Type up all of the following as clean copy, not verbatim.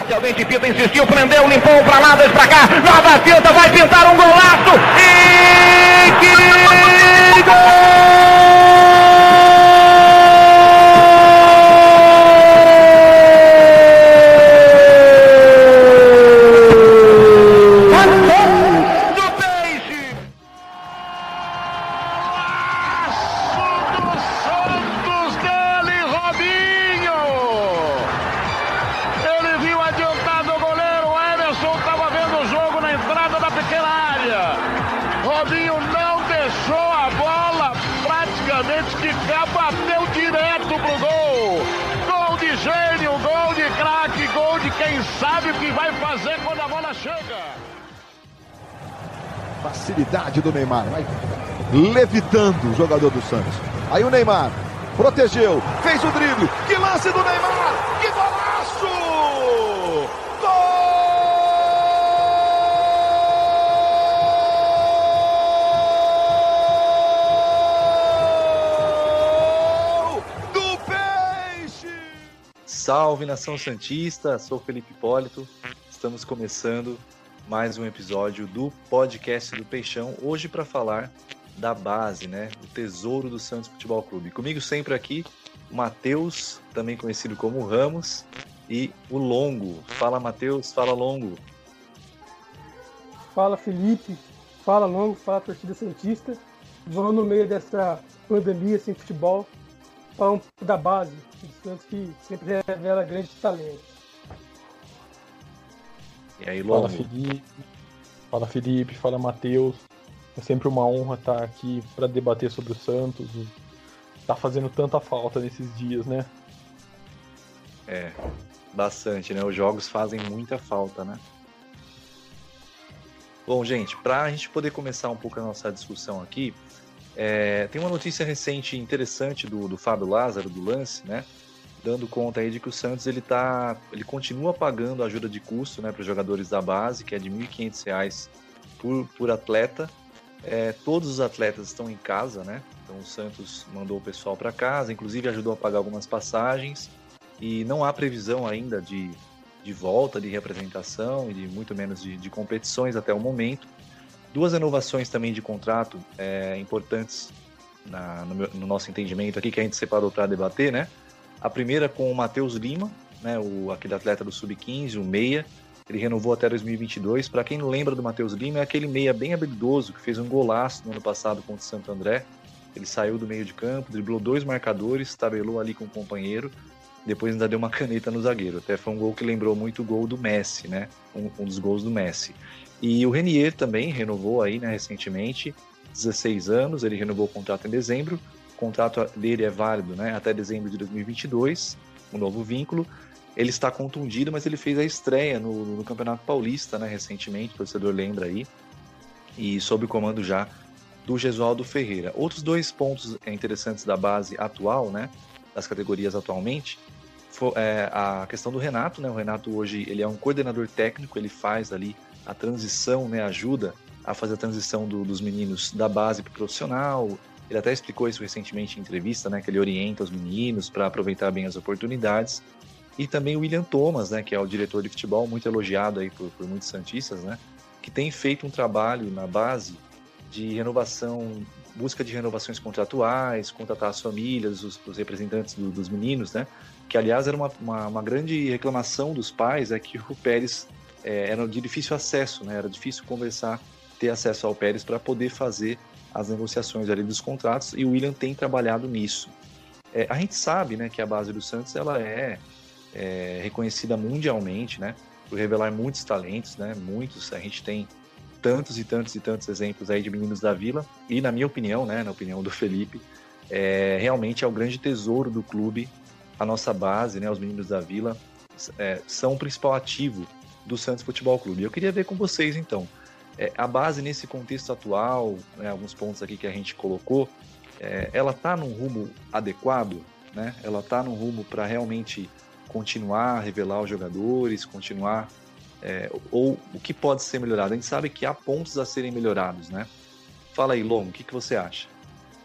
Inicialmente Pita insistiu, prendeu, limpou pra lá, dois pra cá, nova finta, vai pintar um golaço e que gol! Bateu direto pro gol. Gol de gênio, gol de craque, gol de quem sabe o que vai fazer quando a bola chega. Facilidade do Neymar, vai levitando o jogador do Santos. Aí o Neymar protegeu, fez o drible. Que lance do Neymar! Que golaço! Salve, Nação Santista, sou Felipe Hipólito, estamos começando mais um episódio do podcast do Peixão, hoje para falar da base, né, o tesouro do Santos Futebol Clube. Comigo sempre aqui, o Matheus, também conhecido como Ramos, e o Longo. Fala, Matheus, fala, Longo. Fala, Felipe, fala, Longo, fala, torcida Santista. Vamos no meio dessa pandemia sem futebol, falar um pouco da base do Santos, que sempre revela grandes talentos. E aí, Longo? Fala, Felipe, fala, Matheus. É sempre uma honra estar aqui para debater sobre o Santos. Tá fazendo tanta falta nesses dias, né? É, bastante, né? Os jogos fazem muita falta, né? Bom, gente, para a gente poder começar um pouco a nossa discussão aqui, tem uma notícia recente interessante do Fábio Lázaro, do Lance, né? Dando conta aí de que o Santos ele continua pagando ajuda de custo, né, para os jogadores da base, que é de R$ 1.500 por atleta. Todos os atletas estão em casa, né? Então o Santos mandou o pessoal para casa, inclusive ajudou a pagar algumas passagens, e não há previsão ainda de volta, de representação e de muito menos de competições até o momento. Duas renovações também de contrato importantes no nosso entendimento aqui, que a gente separou para debater, né? A primeira com o Matheus Lima, né? Aquele atleta do Sub-15, o meia. Ele renovou até 2022. Para quem não lembra do Matheus Lima, é aquele meia bem habilidoso que fez um golaço no ano passado contra o Santo André. Ele saiu do meio de campo, driblou 2 marcadores, tabelou ali com o companheiro, depois ainda deu uma caneta no zagueiro. Até foi um gol que lembrou muito o gol do Messi, né? Um dos gols do Messi. E o Renier também renovou aí, né, recentemente, 16 anos, ele renovou o contrato em dezembro, o contrato dele é válido, né, até dezembro de 2022, um novo vínculo. Ele está contundido, mas ele fez a estreia no Campeonato Paulista, né, recentemente, o torcedor lembra aí, e sob o comando já do Gesualdo Ferreira. Outros 2 pontos interessantes da base atual, né, das categorias atualmente, a questão do Renato, né, o Renato hoje ele é um coordenador técnico, ele faz ali a transição, né, ajuda a fazer a transição dos meninos da base para o profissional. Ele até explicou isso recentemente em entrevista, né, que ele orienta os meninos para aproveitar bem as oportunidades. E também o William Thomas, né, que é o diretor de futebol, muito elogiado aí por muitos santistas, né, que tem feito um trabalho na base de renovação, busca de renovações contratuais, contratar as famílias, os representantes dos meninos, né, que aliás era uma grande reclamação dos pais, é que o Pérez era de difícil acesso, né? Era difícil conversar, ter acesso ao Pérez para poder fazer as negociações ali dos contratos, e o William tem trabalhado nisso. A gente sabe, né, que a base do Santos ela é reconhecida mundialmente, né, por revelar muitos talentos, né, muitos, a gente tem tantos e tantos e tantos exemplos aí de meninos da Vila, e na minha opinião, né, na opinião do Felipe, realmente é o grande tesouro do clube, a nossa base, né, os meninos da Vila são o principal ativo do Santos Futebol Clube. Eu queria ver com vocês, então, a base nesse contexto atual, né, alguns pontos aqui que a gente colocou, ela está num rumo adequado, né? Ela está num rumo para realmente continuar a revelar os jogadores, continuar, ou o que pode ser melhorado? A gente sabe que há pontos a serem melhorados, né? Fala aí, Longo, o que você acha?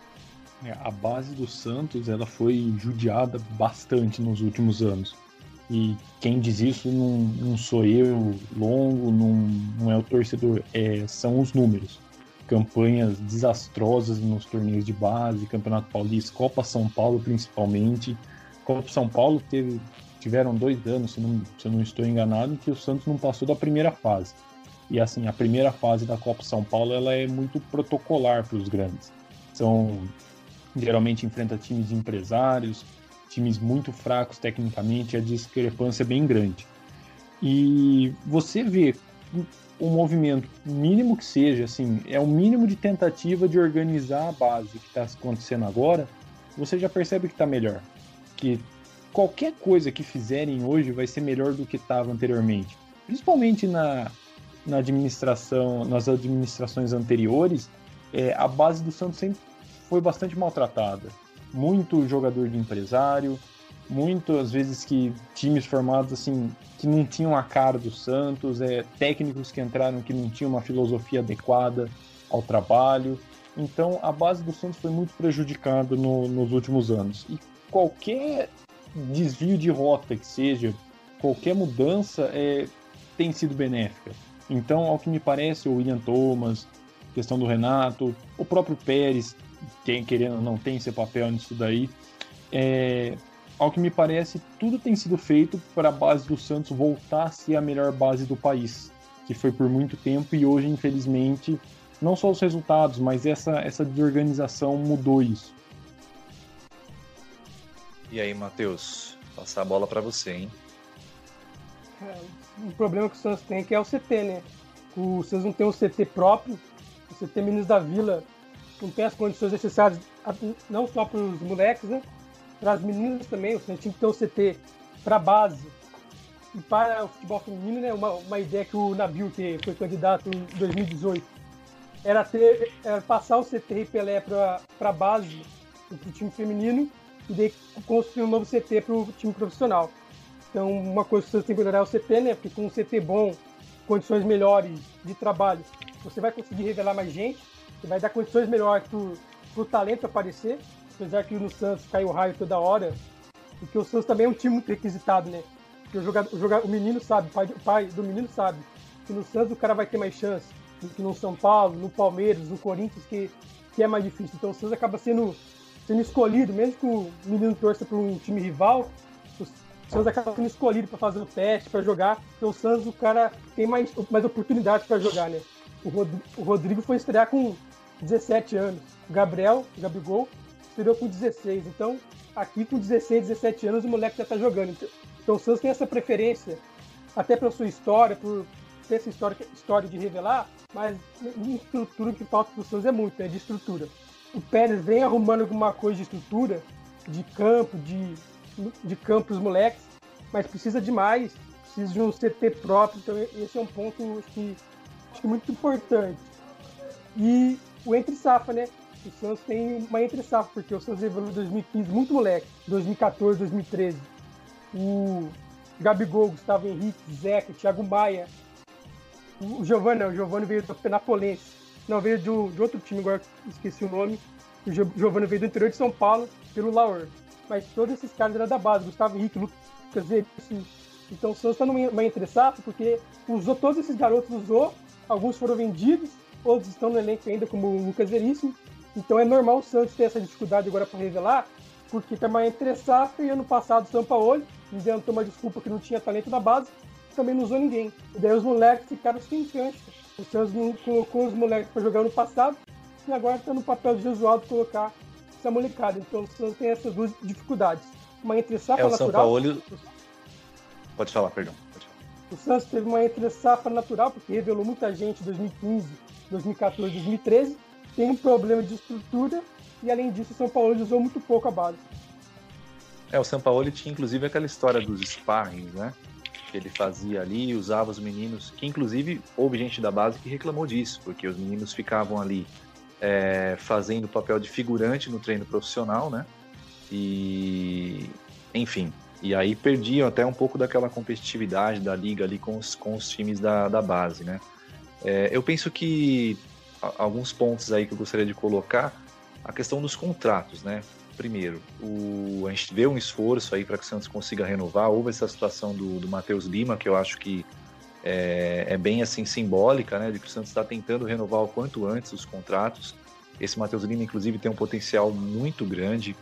A base do Santos ela foi judiada bastante nos últimos anos. E quem diz isso não sou eu, Longo, não é o torcedor, são os números. Campanhas desastrosas nos torneios de base, Campeonato Paulista, Copa São Paulo principalmente. Copa São Paulo tiveram 2 anos, se eu não estou enganado, que o Santos não passou da primeira fase. E assim, a primeira fase da Copa São Paulo ela é muito protocolar para os grandes. Geralmente enfrenta times de empresários, times muito fracos tecnicamente, a discrepância é bem grande. E você vê um movimento, mínimo que seja, assim, é o mínimo de tentativa de organizar a base que está acontecendo agora, você já percebe que está melhor. Que qualquer coisa que fizerem hoje vai ser melhor do que estava anteriormente. Principalmente na administração, nas administrações anteriores, a base do Santos sempre foi bastante maltratada. Muito jogador de empresário, muitas vezes que times formados assim que não tinham a cara do Santos, técnicos que entraram que não tinham uma filosofia adequada ao trabalho. Então a base do Santos foi muito prejudicada nos últimos anos. E qualquer desvio de rota que seja, qualquer mudança tem sido benéfica. Então, ao que me parece, o William Thomas, questão do Renato, o próprio Pérez, querendo ou não, tem seu papel nisso daí. Ao que me parece, tudo tem sido feito para a base do Santos voltar a ser a melhor base do país, que foi por muito tempo e hoje, infelizmente, não só os resultados, mas essa desorganização mudou isso. E aí, Matheus, passar a bola para você, hein? O problema que o Santos tem que é o CT, né? O Santos não tem um CT próprio, o CT Meninos da Vila não tem as condições necessárias, não só para os moleques, né? Para as meninas também. O Santos tinha que ter um CT para a base e para o futebol feminino, né? Uma ideia que o Nabil, que foi candidato em 2018, era passar o CT e Pelé para a base, para o time feminino, e daí construir um novo CT para o time profissional. Então, uma coisa que você tem que melhorar é o CT, né? Porque com um CT bom, condições melhores de trabalho, você vai conseguir revelar mais gente, você vai dar condições melhores para o talento aparecer, apesar que no Santos cai o raio toda hora, porque o Santos também é um time muito requisitado, né? Porque o menino sabe, o pai do menino sabe que no Santos o cara vai ter mais chance do que no São Paulo, no Palmeiras, no Corinthians, que é mais difícil. Então o Santos acaba sendo escolhido, mesmo que o menino torça para um time rival, o Santos acaba sendo escolhido para fazer o teste, para jogar, porque o Santos, o cara tem mais oportunidade para jogar, né? O Rodrigo foi estrear com 17 anos, o Gabigol, estreou com 16, então aqui com 16, 17 anos o moleque já tá jogando. Então o Santos tem essa preferência, até pela sua história, por ter essa história de revelar, mas em estrutura o que falta pro Santos é muito, de estrutura. O Pérez vem arrumando alguma coisa de estrutura, de campo, de campo pros moleques, mas precisa de mais, precisa de um CT próprio, então esse é um ponto acho que muito importante. E o entre-safra, né? O Santos tem uma entre-safra, porque o Santos evoluiu em 2015, muito moleque, 2014, 2013. O Gabigol, Gustavo Henrique, Zeca, Thiago Maia. O Giovani veio do Penapolense. Não, veio de outro time, agora esqueci o nome. O Giovani veio do interior de São Paulo, pelo Laor. Mas todos esses caras eram da base, Gustavo Henrique, Lucas Veríssimo. Então o Santos está numa entre-safra, porque usou todos esses garotos, alguns foram vendidos, outros estão no elenco ainda, como o Lucas Veríssimo. Então é normal o Santos ter essa dificuldade agora para revelar, porque está uma entre-safra e ano passado o Sampaoli inventou uma desculpa que não tinha talento na base, também não usou ninguém. E daí os moleques ficaram sem cancha. O Santos não colocou os moleques para jogar no passado e agora está no papel de Jesualdo colocar essa molecada. Então o Santos tem essas duas dificuldades. Uma entre-safra natural. Sampaoli... Pode falar, perdão. O Santos teve uma entre-safra natural, porque revelou muita gente em 2015, 2014, 2013. Tem um problema de estrutura e, além disso, o São Paulo usou muito pouco a base. O São Paulo tinha, inclusive, aquela história dos sparrings, né? Que ele fazia ali, usava os meninos, que, inclusive, houve gente da base que reclamou disso, porque os meninos ficavam ali fazendo o papel de figurante no treino profissional, né? E, enfim, e aí perdiam até um pouco daquela competitividade da liga ali com os times da base, né? Eu penso que alguns pontos aí que eu gostaria de colocar, a questão dos contratos, né? primeiro, a gente vê um esforço aí para que o Santos consiga renovar. Houve essa situação do Matheus Lima, que eu acho que é bem assim simbólica, né, de que o Santos está tentando renovar o quanto antes os contratos. Esse Matheus Lima, inclusive, tem um potencial muito grande.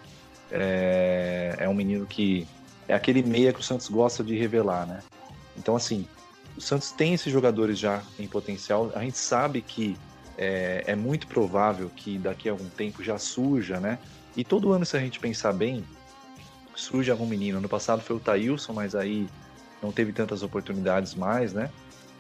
É um menino que é aquele meia que o Santos gosta de revelar, né? Então, assim, o Santos tem esses jogadores já em potencial. A gente sabe que é muito provável que daqui a algum tempo já surja, né? E todo ano, se a gente pensar bem, surge algum menino. Ano passado foi o Thailson, mas aí não teve tantas oportunidades mais, né?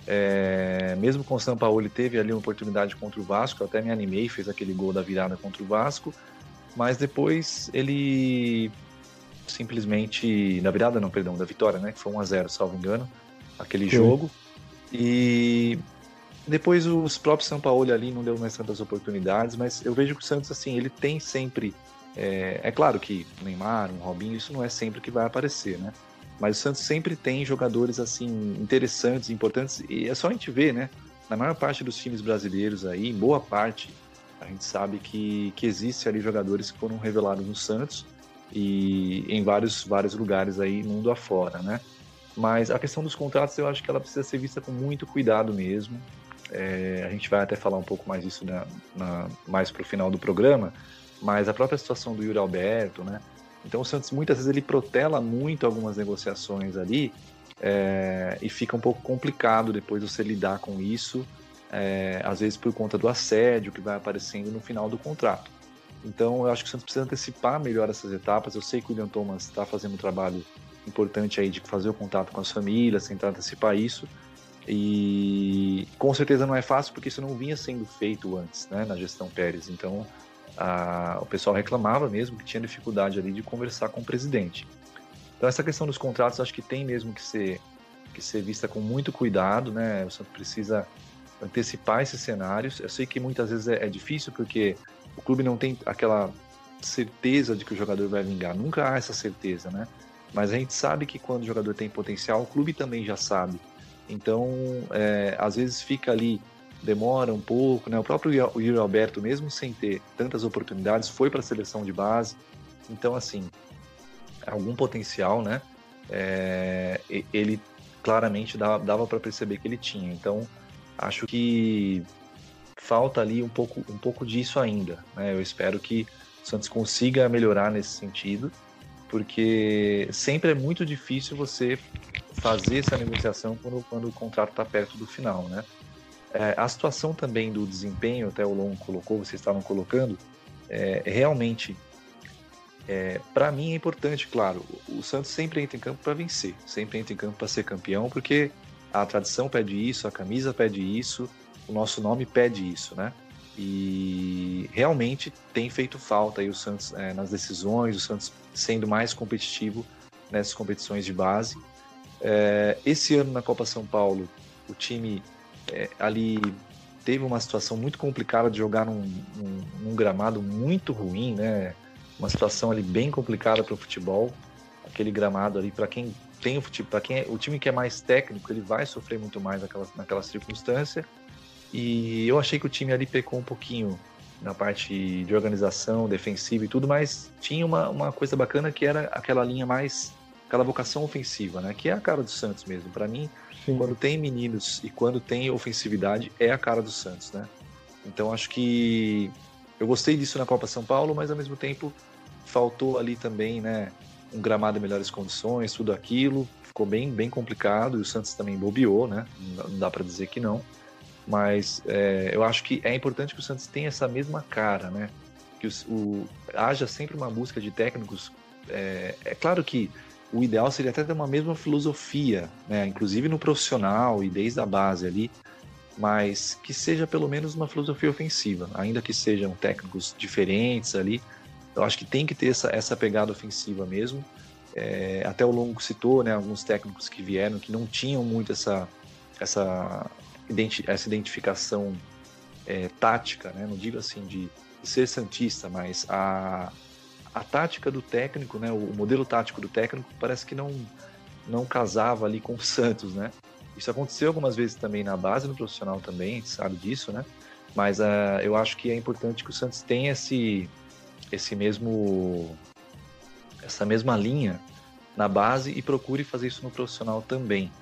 Mesmo com o Sampaoli, teve ali uma oportunidade contra o Vasco, eu até me animei, fez aquele gol da virada contra o Vasco, mas depois ele simplesmente, da virada não, perdão, da vitória, né, que foi 1-0, salvo engano, aquele jogo, e depois os próprios Sampaoli ali não deu mais tantas oportunidades, mas eu vejo que o Santos, assim, ele tem sempre, é claro que o Neymar, um Robinho, isso não é sempre que vai aparecer, né? Mas o Santos sempre tem jogadores assim interessantes, importantes, e é só a gente ver, né? Na maior parte dos times brasileiros aí, em boa parte, a gente sabe que existe ali jogadores que foram revelados no Santos e em vários lugares aí, mundo afora, né? Mas a questão dos contratos, eu acho que ela precisa ser vista com muito cuidado mesmo. A gente vai até falar um pouco mais disso mais para o final do programa, mas a própria situação do Yuri Alberto, né? Então o Santos muitas vezes ele protela muito algumas negociações ali e fica um pouco complicado depois você lidar com isso, às vezes por conta do assédio que vai aparecendo no final do contrato. Então eu acho que o Santos precisa antecipar melhor essas etapas. Eu sei que o William Thomas está fazendo um trabalho importante aí de fazer o contato com as famílias, tentar antecipar isso, e com certeza não é fácil porque isso não vinha sendo feito antes, né, na gestão Pérez. Então o pessoal reclamava mesmo que tinha dificuldade ali de conversar com o presidente. Então essa questão dos contratos acho que tem mesmo que ser vista com muito cuidado, né? O Santos precisa antecipar esses cenários. Eu sei que muitas vezes é difícil porque o clube não tem aquela certeza de que o jogador vai vingar, nunca há essa certeza, né? Mas a gente sabe que quando o jogador tem potencial, o clube também já sabe. Então às vezes fica ali, demora um pouco, né? O próprio Yuri Alberto, mesmo sem ter tantas oportunidades, foi para a seleção de base. Então, assim, algum potencial, né? Ele claramente dava para perceber que ele tinha. Então, acho que falta ali um pouco disso ainda, né? Eu espero que o Santos consiga melhorar nesse sentido, porque sempre é muito difícil você fazer essa negociação quando o contrato está perto do final, né? A situação também do desempenho, até o Lon colocou, vocês estavam colocando, realmente, para mim é importante, claro, o Santos sempre entra em campo para vencer, sempre entra em campo para ser campeão, porque a tradição pede isso, a camisa pede isso, o nosso nome pede isso, né? E realmente tem feito falta aí o Santos nas decisões, o Santos sendo mais competitivo nessas competições de base. Esse ano na Copa São Paulo, o time ali teve uma situação muito complicada de jogar num gramado muito ruim, né? Uma situação ali bem complicada para o futebol. Aquele gramado ali, para quem tem o futebol, o time que é mais técnico, ele vai sofrer muito mais naquela circunstância. E eu achei que o time ali pecou um pouquinho na parte de organização, defensiva e tudo, mas tinha uma coisa bacana que era aquela linha mais, aquela vocação ofensiva, né? Que é a cara do Santos mesmo. Para mim, sim, quando tem meninos e quando tem ofensividade, é a cara do Santos, né? Então acho que eu gostei disso na Copa São Paulo, mas ao mesmo tempo faltou ali também, né? Um gramado em melhores condições, tudo aquilo, ficou bem complicado, e o Santos também bobeou, né? Não dá para dizer que não, mas eu acho que é importante que o Santos tenha essa mesma cara, né? Que haja sempre uma busca de técnicos. É claro que o ideal seria até ter uma mesma filosofia, né? Inclusive no profissional e desde a base ali, mas que seja pelo menos uma filosofia ofensiva, ainda que sejam técnicos diferentes ali. Eu acho que tem que ter essa pegada ofensiva mesmo. Até o Longo citou, né, alguns técnicos que vieram que não tinham muito essa identificação tática, né? Não digo assim de ser santista, mas a tática do técnico, né? O modelo tático do técnico parece que não casava ali com o Santos, né? Isso aconteceu algumas vezes também na base, no profissional também, a gente sabe disso, né? Mas eu acho que é importante que o Santos tenha essa mesma linha na base e procure fazer isso no profissional também.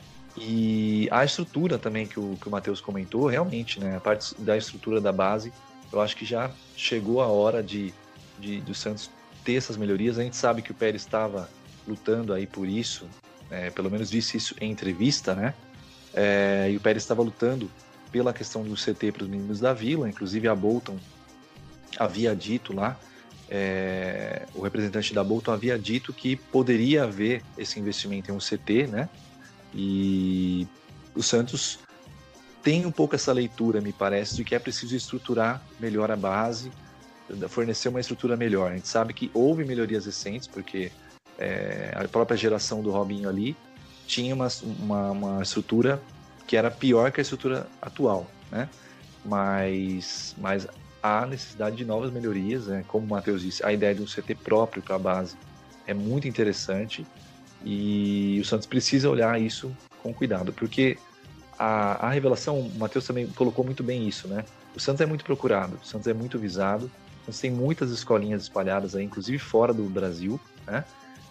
E a estrutura também que o Matheus comentou, realmente, né, a parte da estrutura da base, eu acho que já chegou a hora do Santos ter essas melhorias. A gente sabe que o Pérez estava lutando aí por isso, pelo menos disse isso em entrevista, né? E o Pérez estava lutando pela questão do CT para os meninos da Vila, inclusive a Bolton havia dito lá, o representante da Bolton havia dito que poderia haver esse investimento em um CT, né? E o Santos tem um pouco essa leitura, me parece, de que é preciso estruturar melhor a base, fornecer uma estrutura melhor. A gente sabe que houve melhorias recentes, porque a própria geração do Robinho ali tinha uma estrutura que era pior que a estrutura atual, né? Mas há necessidade de novas melhorias, né? Como o Matheus disse, a ideia de um CT próprio para a base é muito interessante e o Santos precisa olhar isso com cuidado, porque a revelação, o Matheus também colocou muito bem isso, né? O Santos é muito procurado, o Santos é muito visado, o Santos tem muitas escolinhas espalhadas aí, inclusive fora do Brasil, né?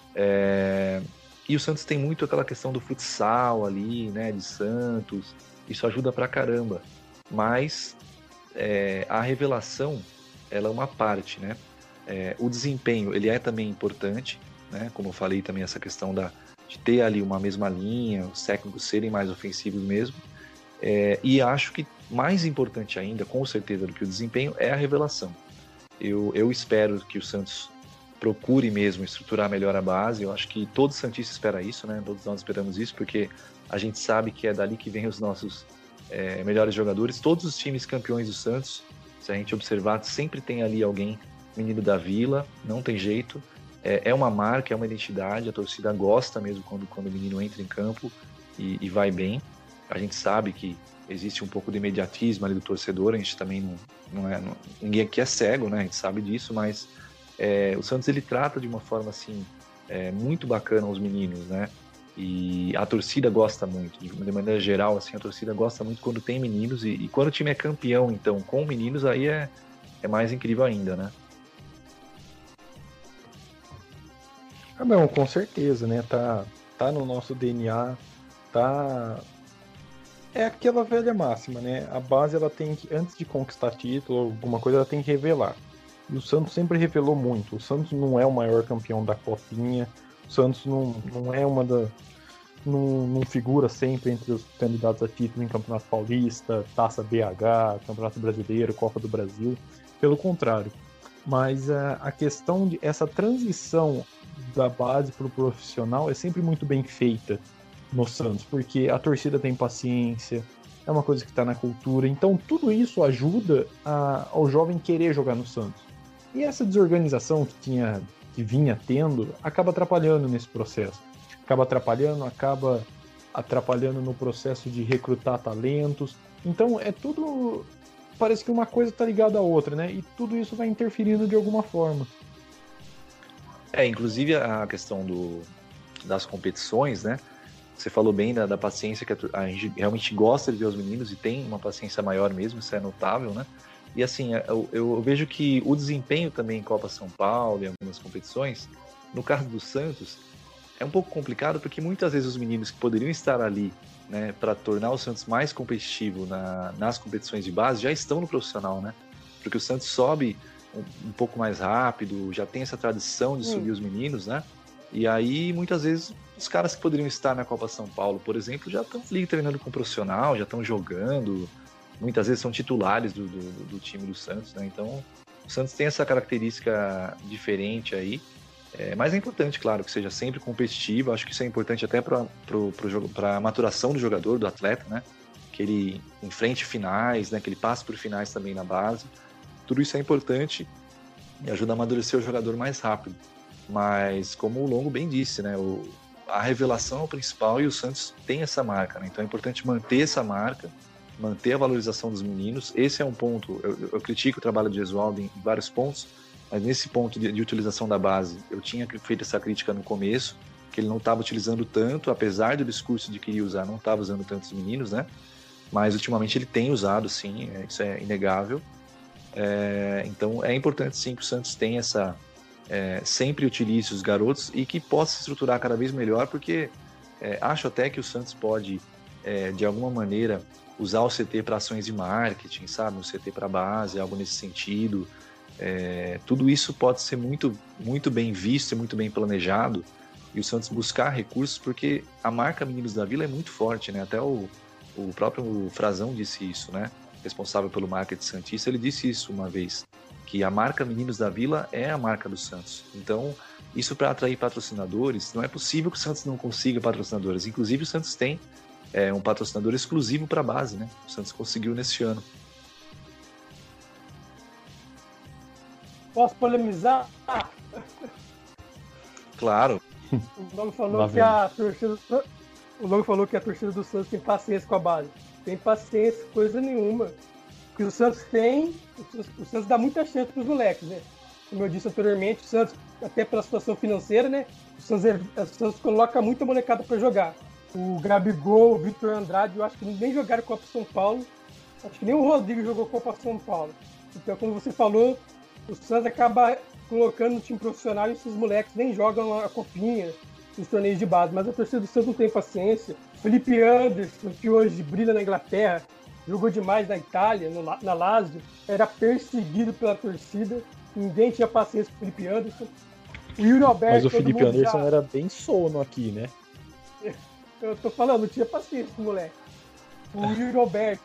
E o Santos tem muito aquela questão do futsal ali, né, de Santos, isso ajuda pra caramba, mas a revelação, ela é uma parte, né? O desempenho, ele é também importante, né? Como eu falei também, essa questão de ter ali uma mesma linha, os técnicos serem mais ofensivos mesmo, e acho que mais importante ainda, com certeza, do que o desempenho, é a revelação. Eu espero que o Santos procure mesmo estruturar melhor a base. Eu acho que todo santista espera isso, né? Todos nós esperamos isso, porque a gente sabe que é dali que vem os nossos melhores jogadores. Todos os times campeões do Santos, se a gente observar, sempre tem ali alguém, menino da Vila, não tem jeito. É uma marca, é uma identidade, a torcida gosta mesmo quando o menino entra em campo e vai bem. A gente sabe que existe um pouco de imediatismo ali do torcedor, a gente também ninguém aqui é cego, né? A gente sabe disso, mas o Santos, ele trata de uma forma assim muito bacana os meninos, né? E a torcida gosta muito, de maneira geral, assim, a torcida gosta muito quando tem meninos, e quando o time é campeão, então, com meninos, aí é mais incrível ainda, né? Não, com certeza, né? Tá no nosso DNA, é aquela velha máxima, né? A base, ela tem que, antes de conquistar título, alguma coisa, ela tem que revelar. E o Santos sempre revelou muito. O Santos não é o maior campeão da Copinha. O Santos não figura sempre entre os candidatos a título em Campeonato Paulista, Taça BH, Campeonato Brasileiro, Copa do Brasil. Pelo contrário. Mas a questão de essa transição da base para o profissional é sempre muito bem feita no Santos, porque a torcida tem paciência, é uma coisa que está na cultura. Então tudo isso ajuda ao jovem querer jogar no Santos. E essa desorganização que vinha tendo acaba atrapalhando nesse processo. Acaba atrapalhando no processo de recrutar talentos. Então é tudo... Parece que uma coisa está ligada à outra, né? E tudo isso vai interferindo de alguma forma. Inclusive a questão das competições, né? Você falou bem da paciência, que a gente realmente gosta de ver os meninos e tem uma paciência maior mesmo, isso é notável, né? E assim, eu vejo que o desempenho também em Copa São Paulo e algumas competições, no caso do Santos, é um pouco complicado, porque muitas vezes os meninos que poderiam estar ali, né, para tornar o Santos mais competitivo nas competições de base, já estão no profissional, né? Porque o Santos sobe um pouco mais rápido, já tem essa tradição de subir os meninos, né? E aí, muitas vezes, os caras que poderiam estar na Copa São Paulo, por exemplo, já estão ali treinando com o profissional, já estão jogando, muitas vezes são titulares do time do Santos, né? Então, o Santos tem essa característica diferente aí, mas é importante, claro, que seja sempre competitivo. Acho que isso é importante até para a maturação do jogador, do atleta, né? Que ele enfrente finais, né? Que ele passe por finais também na base. Tudo isso é importante e ajuda a amadurecer o jogador mais rápido. Mas, como o Longo bem disse, né? A revelação é o principal e o Santos tem essa marca, né? Então é importante manter essa marca, manter a valorização dos meninos. Esse é um ponto, eu critico o trabalho de Gesualdo em vários pontos, mas nesse ponto de utilização da base, eu tinha feito essa crítica no começo, que ele não estava utilizando tanto, apesar do discurso de que iria usar, não estava usando tantos meninos, né? Mas ultimamente ele tem usado, sim, isso é inegável. Então é importante sim que o Santos tenha sempre utilize os garotos e que possa se estruturar cada vez melhor, porque acho até que o Santos pode, de alguma maneira, usar o CT para ações de marketing, sabe? O CT para base, algo nesse sentido. Tudo isso pode ser muito, muito bem visto e muito bem planejado, e o Santos buscar recursos, porque a marca Meninos da Vila é muito forte, né? Até o próprio Frazão disse isso, né? Responsável pelo marketing santista, ele disse isso uma vez, que a marca Meninos da Vila é a marca do Santos. Então, isso para atrair patrocinadores, não é possível que o Santos não consiga patrocinadores. Inclusive, o Santos tem um patrocinador exclusivo para a base, né? O Santos conseguiu nesse ano. Posso polemizar? Claro. O Logo falou que a torcida do Santos tem paciência com a base. Tem paciência, coisa nenhuma. O que o Santos tem, o Santos dá muita chance para os moleques, né? Como eu disse anteriormente, o Santos, até pela situação financeira, né? O Santos coloca muita molecada para jogar. O Gabigol, o Victor Andrade, eu acho que nem jogaram Copa São Paulo. Acho que nem o Rodrigo jogou Copa São Paulo. Então, como você falou, o Santos acaba colocando no time profissional e esses moleques nem jogam a copinha nos torneios de base. Mas a torcida do Santos não tem paciência. Felipe Anderson, que hoje brilha na Inglaterra, jogou demais na Itália, na Lazio, era perseguido pela torcida. Ninguém tinha paciência com o Felipe Anderson. O Yuri Alberto, mas o Felipe Anderson era bem sono aqui, né? Eu tô falando, não tinha paciência com o moleque. O Yuri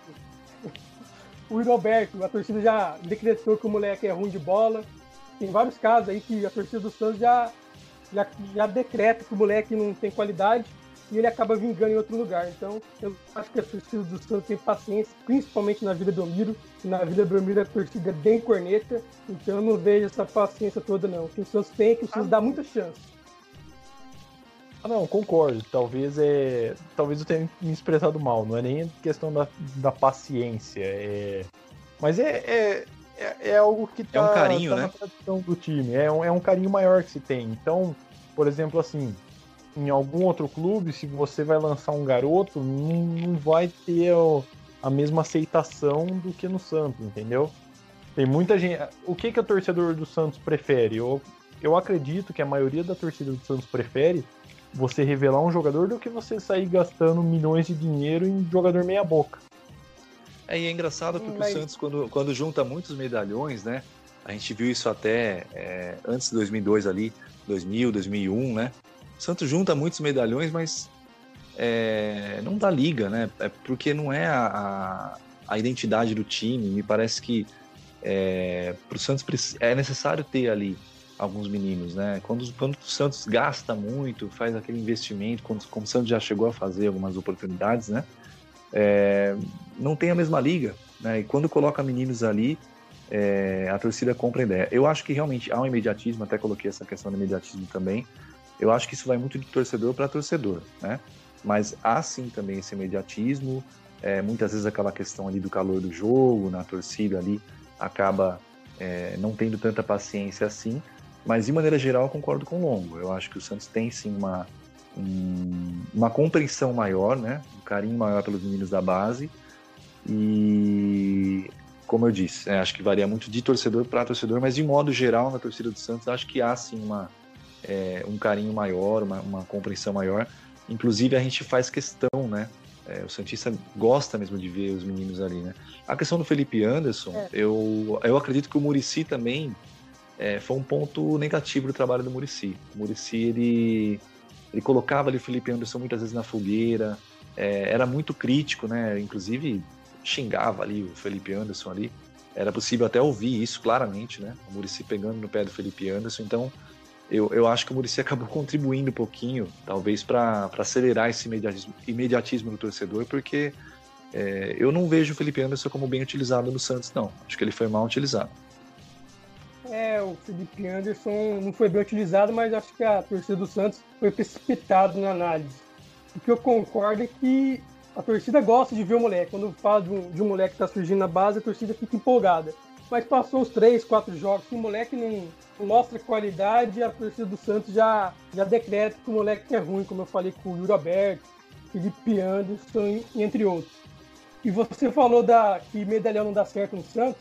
Alberto, a torcida já decretou que o moleque é ruim de bola. Tem vários casos aí que a torcida do Santos já decreta que o moleque não tem qualidade e ele acaba vingando em outro lugar. Então, eu acho que a torcida do Santos tem paciência, principalmente na Vila Belmiro. Na Vila Belmiro a torcida é bem corneta, então eu não vejo essa paciência toda, não. O que o Santos tem é que o Santos dá muita chance. Não, concordo. Talvez eu tenha me expressado mal. Não é nem questão da paciência. Mas é algo que tá, é um carinho, né? Na tradição do time. É um carinho maior que se tem. Então, por exemplo, assim, em algum outro clube, se você vai lançar um garoto, não vai ter a mesma aceitação do que no Santos, entendeu? Tem muita gente... O que o torcedor do Santos prefere? Eu acredito que a maioria da torcida do Santos prefere você revelar um jogador do que você sair gastando milhões de dinheiro em jogador meia boca. E é engraçado porque o Santos, quando junta muitos medalhões, né? A gente viu isso até antes de 2002 ali, 2000, 2001, né? O Santos junta muitos medalhões, mas não dá liga, né? Porque não é a identidade do time. Me parece que para o Santos é necessário ter ali alguns meninos, né? Quando o Santos gasta muito, faz aquele investimento, como o Santos já chegou a fazer algumas oportunidades, né? Não tem a mesma liga, né? E quando coloca meninos ali, a torcida compra a ideia. Eu acho que realmente há um imediatismo, até coloquei essa questão do imediatismo também. Eu acho que isso vai muito de torcedor para torcedor, né? Mas há sim também esse imediatismo, muitas vezes aquela questão ali do calor do jogo, na torcida ali, acaba não tendo tanta paciência assim. Mas, de maneira geral, eu concordo com o Longo. Eu acho que o Santos tem, sim, uma compreensão maior, né? Um carinho maior pelos meninos da base. E, como eu disse, acho que varia muito de torcedor para torcedor, mas, de modo geral, na torcida do Santos, acho que há, sim, um carinho maior, uma compreensão maior. Inclusive, a gente faz questão, né? O santista gosta mesmo de ver os meninos ali, né? A questão do Felipe Anderson, eu acredito que o Muricy também... foi um ponto negativo do trabalho do Muricy. O Muricy, ele colocava ali o Felipe Anderson muitas vezes na fogueira, era muito crítico, né? Inclusive xingava ali o Felipe Anderson ali. Era possível até ouvir isso claramente, né? O Muricy pegando no pé do Felipe Anderson. Então, eu acho que o Muricy acabou contribuindo um pouquinho, talvez para acelerar esse imediatismo do torcedor, porque eu não vejo o Felipe Anderson como bem utilizado no Santos, não. Acho que ele foi mal utilizado. O Felipe Anderson não foi bem utilizado, mas acho que a torcida do Santos foi precipitado na análise. O que eu concordo é que a torcida gosta de ver o moleque. Quando fala de um moleque que está surgindo na base, a torcida fica empolgada. Mas passou os 3, 4 jogos, se o moleque não mostra qualidade, a torcida do Santos já decreta que o moleque é ruim, como eu falei com o Yuri Alberto, Felipe Anderson, entre outros. E você falou que medalhão não dá certo no Santos.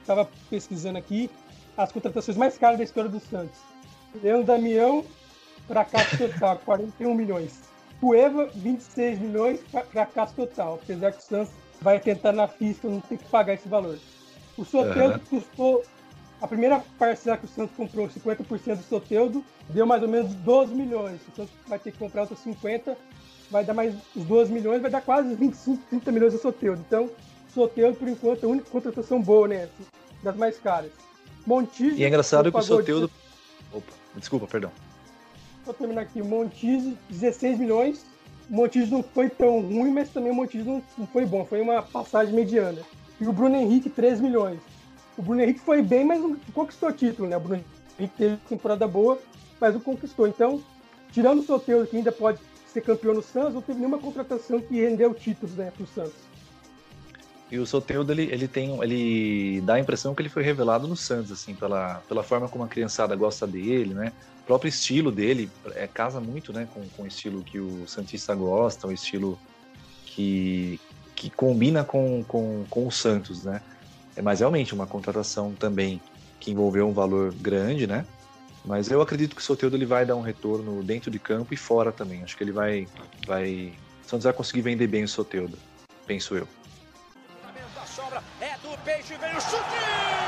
estava pesquisando aqui as contratações mais caras da história do Santos. Leandro Damião, fracasso total, 41 milhões. Cueva, 26 milhões, fracasso total. Apesar que o Santos vai tentar na física não ter que pagar esse valor. O Soteldo custou... A primeira parcela que o Santos comprou, 50% do Soteldo, deu mais ou menos 12 milhões. O Santos vai ter que comprar outros 50, vai dar mais os 12 milhões, vai dar quase 25, 30 milhões do Soteldo. Então, o Soteldo, por enquanto, é a única contratação boa, né? Das mais caras. Montijo... E é engraçado que o Soteldo... Opa, desculpa, perdão. Vou terminar aqui. O Montijo, 16 milhões. O Montijo não foi tão ruim, mas também o Montijo não foi bom. Foi uma passagem mediana. E o Bruno Henrique, 13 milhões. O Bruno Henrique foi bem, mas não conquistou título, né? O Bruno Henrique teve temporada boa, mas não conquistou. Então, tirando o Soteldo, que ainda pode ser campeão no Santos, não teve nenhuma contratação que rendeu títulos, né, pro Santos. E o Soteldo, ele dá a impressão que ele foi revelado no Santos, assim, pela forma como a criançada gosta dele, né? O próprio estilo dele casa muito, né, com o estilo que o santista gosta, o estilo que combina com o Santos, né? Mas realmente uma contratação também que envolveu um valor grande, né? Mas eu acredito que o Soteldo ele vai dar um retorno dentro de campo e fora também. Acho que ele vai... O Santos vai conseguir vender bem o Soteldo, penso eu. A sobra é do Peixe, vem o chute!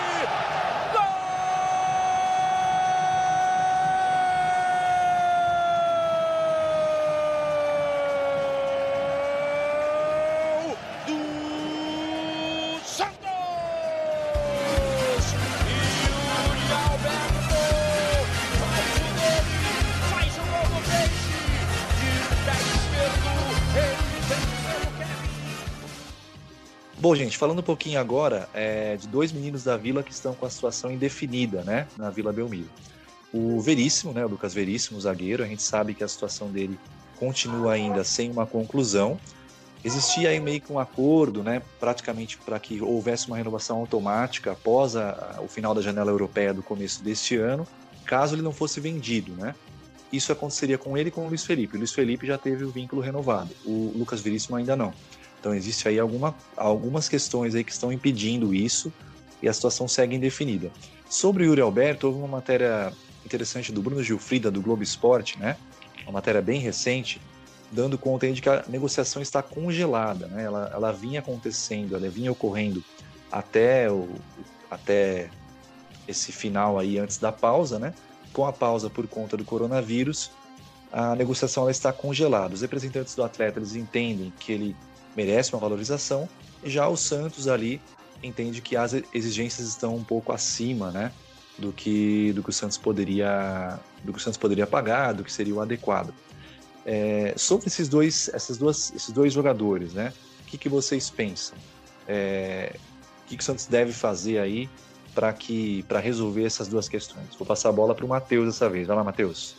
Bom, gente, falando um pouquinho agora de dois meninos da Vila que estão com a situação indefinida, né, na Vila Belmiro. O Veríssimo, né, o Lucas Veríssimo, o zagueiro, a gente sabe que a situação dele continua ainda sem uma conclusão. Existia aí meio que um acordo, né, praticamente para que houvesse uma renovação automática após o final da janela europeia do começo deste ano, caso ele não fosse vendido, né. Isso aconteceria com ele e com o Luiz Felipe. O Luiz Felipe já teve o vínculo renovado, o Lucas Veríssimo ainda não. Então existe aí algumas questões aí que estão impedindo isso e a situação segue indefinida. Sobre o Yuri Alberto, houve uma matéria interessante do Bruno Gilfrida, do Globo Esporte, né? Uma matéria bem recente, dando conta aí de que a negociação está congelada, né? Ela vinha acontecendo, ela vinha ocorrendo até esse final aí antes da pausa, né? Com a pausa por conta do coronavírus, a negociação ela está congelada. Os representantes do atleta eles entendem que ele merece uma valorização, e já o Santos ali entende que as exigências estão um pouco acima, né, do que o Santos poderia pagar, do que seria o adequado. Sobre esses dois jogadores, né, o que vocês pensam? O que o Santos deve fazer aí para resolver essas duas questões? Vou passar a bola para o Matheus dessa vez. Vai lá, Matheus.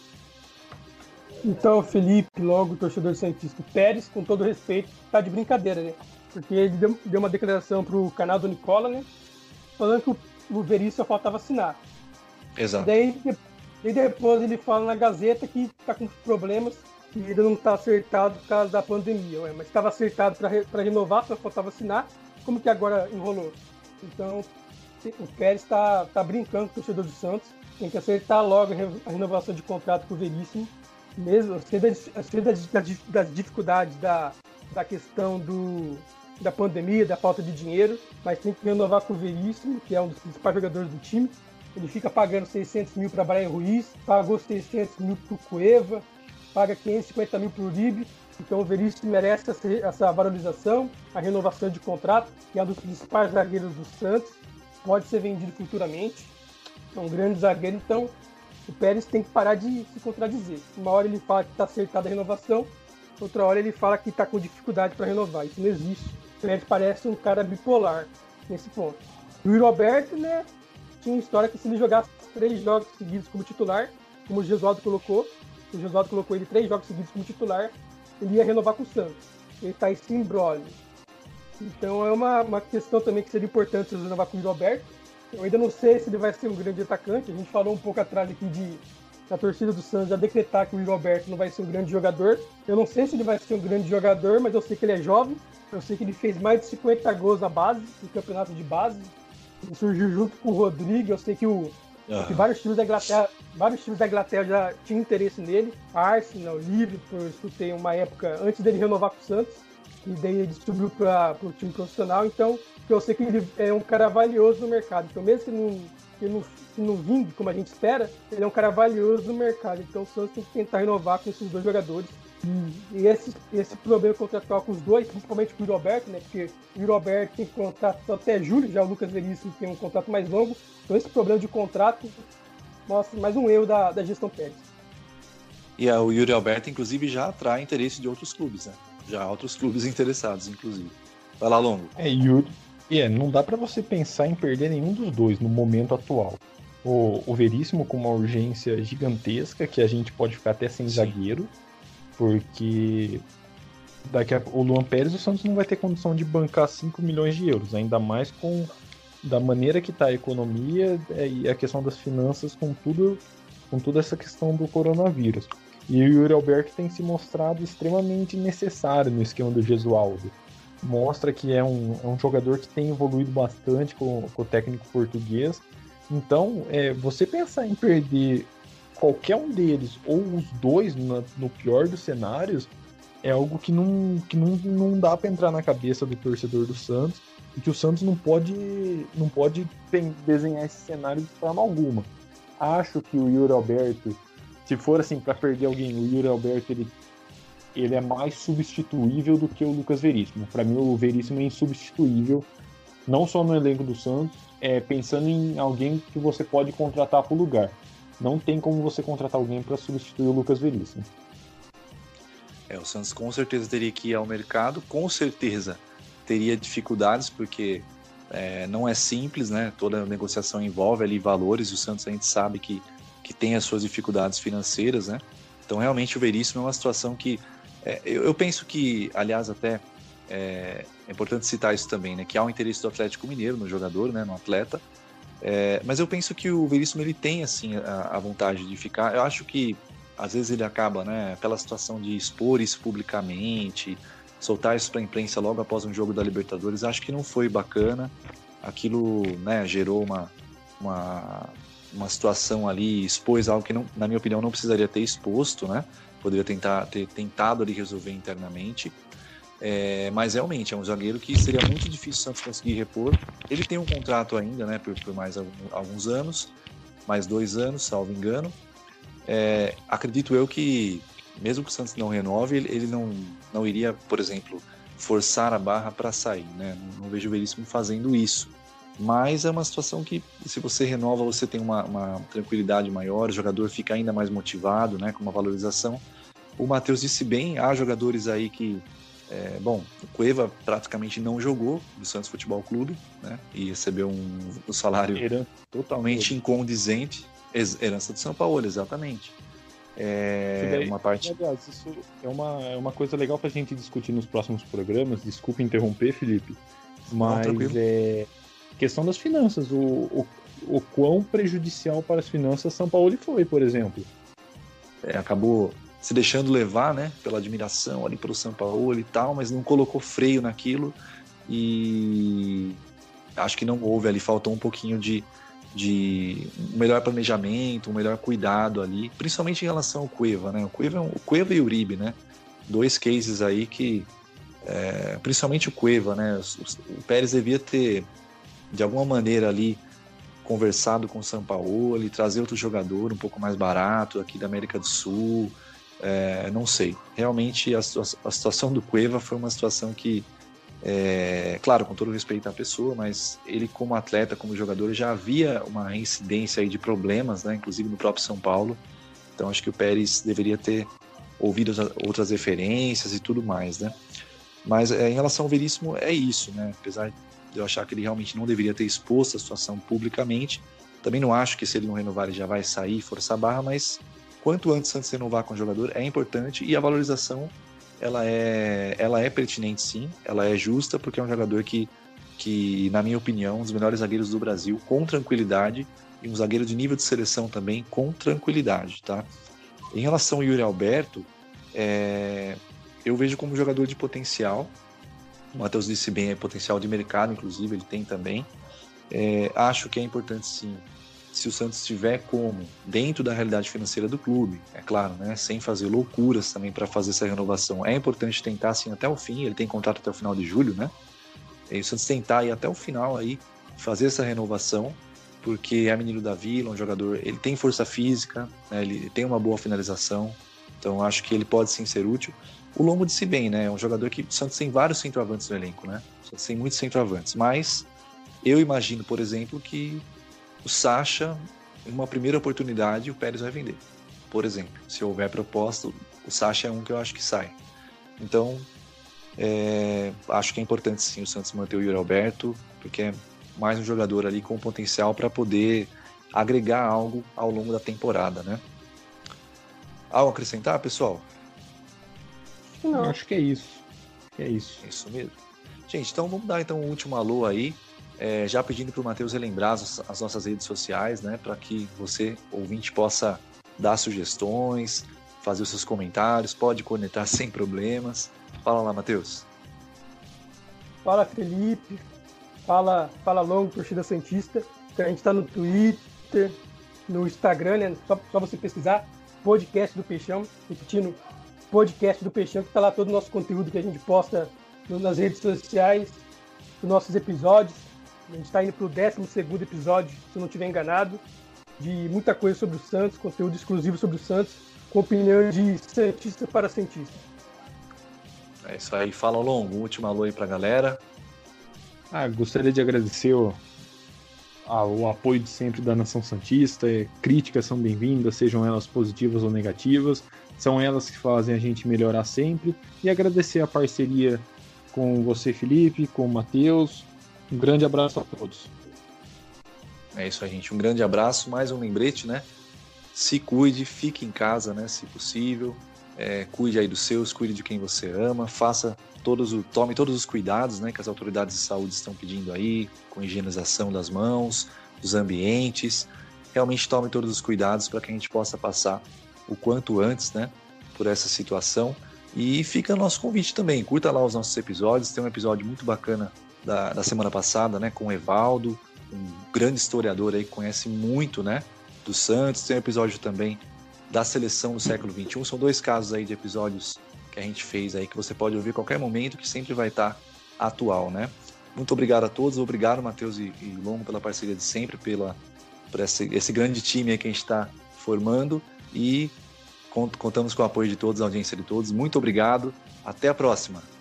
Então, Felipe, logo, torcedor santista, Pérez, com todo respeito, tá de brincadeira, né? Porque ele deu uma declaração pro canal do Nicola, né? Falando que o Veríssimo só faltava assinar. Exato. Daí depois ele fala na Gazeta que tá com problemas e ele não tá acertado por causa da pandemia. Mas estava acertado para renovar, só faltava assinar. Como que agora enrolou? Então, o Pérez tá brincando com o torcedor do Santos. Tem que acertar logo a renovação de contrato com o Veríssimo. Mesmo, eu sei das dificuldades da questão da pandemia, da falta de dinheiro, mas tem que renovar com o Veríssimo, que é um dos principais jogadores do time. Ele fica pagando 600 mil para Brian Ruiz, pagou 600 mil para o Cueva, paga 550 mil para o Uribe. Então o Veríssimo merece essa valorização, a renovação de contrato, que é um dos principais zagueiros do Santos, pode ser vendido futuramente. É um grande zagueiro, então o Pérez tem que parar de se contradizer. Uma hora ele fala que está acertada a renovação, outra hora ele fala que está com dificuldade para renovar. Isso não existe. O Pérez parece um cara bipolar nesse ponto. E o Yuri Alberto, né, tinha uma história que se ele jogasse 3 jogos seguidos como titular, como o Gesualdo colocou ele 3 jogos seguidos como titular, ele ia renovar com o Santos. Ele está esse imbróglio. Então é uma questão também que seria importante renovar com o Yuri Alberto. Eu ainda não sei se ele vai ser um grande atacante. A gente falou um pouco atrás aqui da torcida do Santos já decretar que o Yuri Alberto não vai ser um grande jogador. Eu não sei se ele vai ser um grande jogador, mas eu sei que ele é jovem. Eu sei que ele fez mais de 50 gols na base, no campeonato de base. Ele surgiu junto com o Rodrigo. Eu sei que que vários times da Inglaterra já tinham interesse nele. Arsenal, Liverpool, eu escutei uma época antes dele renovar com o Santos, e daí ele subiu para o time profissional. Então, eu sei que ele é um cara valioso no mercado. Então, mesmo que não vingue como a gente espera, ele é um cara valioso no mercado. Então, o Santos tem que tentar renovar com esses dois jogadores. E esse problema contratual com os dois, principalmente com o Yuri Alberto, né? Porque o Yuri Alberto tem contrato até julho, já o Lucas Veríssimo tem um contrato mais longo. Então esse problema de contrato mostra mais um erro da gestão Pérez. E o Yuri Alberto, inclusive, já atrai interesse de outros clubes, né? Já há outros clubes interessados, inclusive. Vai lá, Longo. Não dá para você pensar em perder nenhum dos dois no momento atual. O Veríssimo com uma urgência gigantesca, que a gente pode ficar até sem zagueiro, porque o Luan Pérez, o Santos não vai ter condição de bancar 5 milhões de euros, ainda mais da maneira que está a economia e a questão das finanças com toda essa questão do coronavírus. E o Yuri Alberto tem se mostrado extremamente necessário no esquema do Gesualdo. Mostra que é um jogador que tem evoluído bastante com o técnico português. Então, você pensar em perder qualquer um deles ou os dois no pior dos cenários é algo que não dá para entrar na cabeça do torcedor do Santos, e que o Santos não pode desenhar esse cenário de forma alguma. Acho que o Yuri Alberto, se for assim para perder alguém, o Yuri Alberto ele é mais substituível do que o Lucas Veríssimo. Para mim, o Veríssimo é insubstituível, não só no elenco do Santos, pensando em alguém que você pode contratar para o lugar. Não tem como você contratar alguém para substituir o Lucas Veríssimo. O Santos com certeza teria que ir ao mercado, com certeza teria dificuldades, porque não é simples, né? Toda negociação envolve ali valores, e o Santos a gente sabe que tem as suas dificuldades financeiras, né? Então realmente o Veríssimo é uma situação que eu penso que, aliás, até é importante citar isso também, né? Que há um interesse do Atlético Mineiro no jogador, né? No atleta, mas eu penso que o Veríssimo ele tem assim a vontade de ficar. Eu acho que às vezes ele acaba, né? Pela situação de expor isso publicamente, soltar isso para a imprensa logo após um jogo da Libertadores, acho que não foi bacana. Aquilo, né, gerou uma situação ali, expôs algo que, não, na minha opinião, não precisaria ter exposto, né? Poderia ter tentado ali resolver internamente. Mas realmente é um zagueiro que seria muito difícil o Santos conseguir repor. Ele tem um contrato ainda, né, por mais alguns anos, mais 2 anos, salvo engano. Acredito eu que, mesmo que o Santos não renove, ele não iria, por exemplo, forçar a barra para sair, né? Não vejo o Veríssimo fazendo isso. Mas é uma situação que, se você renova, você tem uma tranquilidade maior, o jogador fica ainda mais motivado, né, com uma valorização. O Matheus disse bem, há jogadores aí que... o Cueva praticamente não jogou no Santos Futebol Clube, né, e recebeu um salário totalmente incondizente. Herança do São Paulo, exatamente. Uma parte... Aliás, isso é uma coisa legal pra gente discutir nos próximos programas. Desculpa interromper, Felipe, mas questão das finanças, o quão prejudicial para as finanças São Paulo foi, por exemplo. Acabou se deixando levar, né, pela admiração ali pelo São Paulo e tal, mas não colocou freio naquilo, e acho que não houve ali, faltou um pouquinho de um melhor planejamento, um melhor cuidado ali, principalmente em relação ao Cueva, né? O Cueva e o Uribe, né? 2 cases aí que, principalmente o Cueva, né? O Pérez devia ter, de alguma maneira ali, conversado com o São Paulo e trazer outro jogador um pouco mais barato aqui da América do Sul. Não sei. Realmente a situação do Cueva foi uma situação que, claro, com todo respeito à pessoa, mas ele como atleta, como jogador, já havia uma incidência aí de problemas, né, inclusive no próprio São Paulo. Então acho que o Pérez deveria ter ouvido outras referências e tudo mais, né? Mas em relação ao Veríssimo, é isso, né? Apesar de eu achar que ele realmente não deveria ter exposto a situação publicamente, também não acho que se ele não renovar ele já vai sair e forçar a barra, mas quanto antes de renovar com o jogador é importante, e a valorização ela é pertinente, sim, ela é justa, porque é um jogador que, na minha opinião, um dos melhores zagueiros do Brasil, com tranquilidade, e um zagueiro de nível de seleção também, com tranquilidade, tá? Em relação ao Yuri Alberto, eu vejo como um jogador de potencial. O Matheus disse bem, potencial de mercado, inclusive, ele tem também. Acho que é importante sim, se o Santos tiver como, dentro da realidade financeira do clube, é claro, né, sem fazer loucuras também para fazer essa renovação, é importante tentar assim até o fim. Ele tem contrato até o final de julho, né? E o Santos tentar ir até o final aí, fazer essa renovação, porque é menino da Vila, um jogador, ele tem força física, né, ele tem uma boa finalização, então acho que ele pode sim ser útil. O Lombo disse bem, né? É um jogador que o Santos tem vários centroavantes no elenco, né? O Santos tem muitos centroavantes, mas eu imagino, por exemplo, que o Sacha, em uma primeira oportunidade, o Pérez vai vender. Por exemplo, se houver proposta, o Sacha é um que eu acho que sai. Então, acho que é importante sim o Santos manter o Yuri Alberto, porque é mais um jogador ali com potencial para poder agregar algo ao longo da temporada, né? Algo a acrescentar, pessoal? Não. Acho que é isso. Isso mesmo. Gente, então vamos dar um último alô aí. Já pedindo para o Matheus relembrar as nossas redes sociais, né, para que você, ouvinte, possa dar sugestões, fazer os seus comentários, pode conectar sem problemas. Fala lá, Matheus. Fala, Felipe. Fala Longo, torcida santista. A gente está no Twitter, no Instagram, né? Só você pesquisar Podcast do Peixão, repetindo, Podcast do Peixão, que está lá todo o nosso conteúdo que a gente posta nas redes sociais, dos nossos episódios. A gente está indo para o 12º episódio, se eu não estiver enganado, de muita coisa sobre o Santos, conteúdo exclusivo sobre o Santos, com opinião de santista para santista. É isso aí, fala Longo, último alô aí para a galera. Gostaria de agradecer o apoio de sempre da Nação Santista. Críticas são bem-vindas, sejam elas positivas ou negativas, são elas que fazem a gente melhorar sempre, e agradecer a parceria com você, Felipe, com o Matheus. Um grande abraço a todos. É isso aí, gente. Um grande abraço. Mais um lembrete, né? Se cuide, fique em casa, né? Se possível. Cuide aí dos seus, cuide de quem você ama. Tome todos os cuidados, né? Que as autoridades de saúde estão pedindo aí, com higienização das mãos, dos ambientes. Realmente tome todos os cuidados para que a gente possa passar o quanto antes, né? Por essa situação. E fica o nosso convite também. Curta lá os nossos episódios. Tem um episódio muito bacana da semana passada, né, com o Evaldo, um grande historiador aí que conhece muito, né, do Santos. Tem um episódio também da seleção do século XXI. São 2 casos aí de episódios que a gente fez aí, que você pode ouvir a qualquer momento, que sempre vai estar atual, né? Muito obrigado a todos, obrigado Matheus e Longo pela parceria de sempre, por esse grande time aí que a gente está formando, e contamos com o apoio de todos, a audiência de todos. Muito obrigado, até a próxima!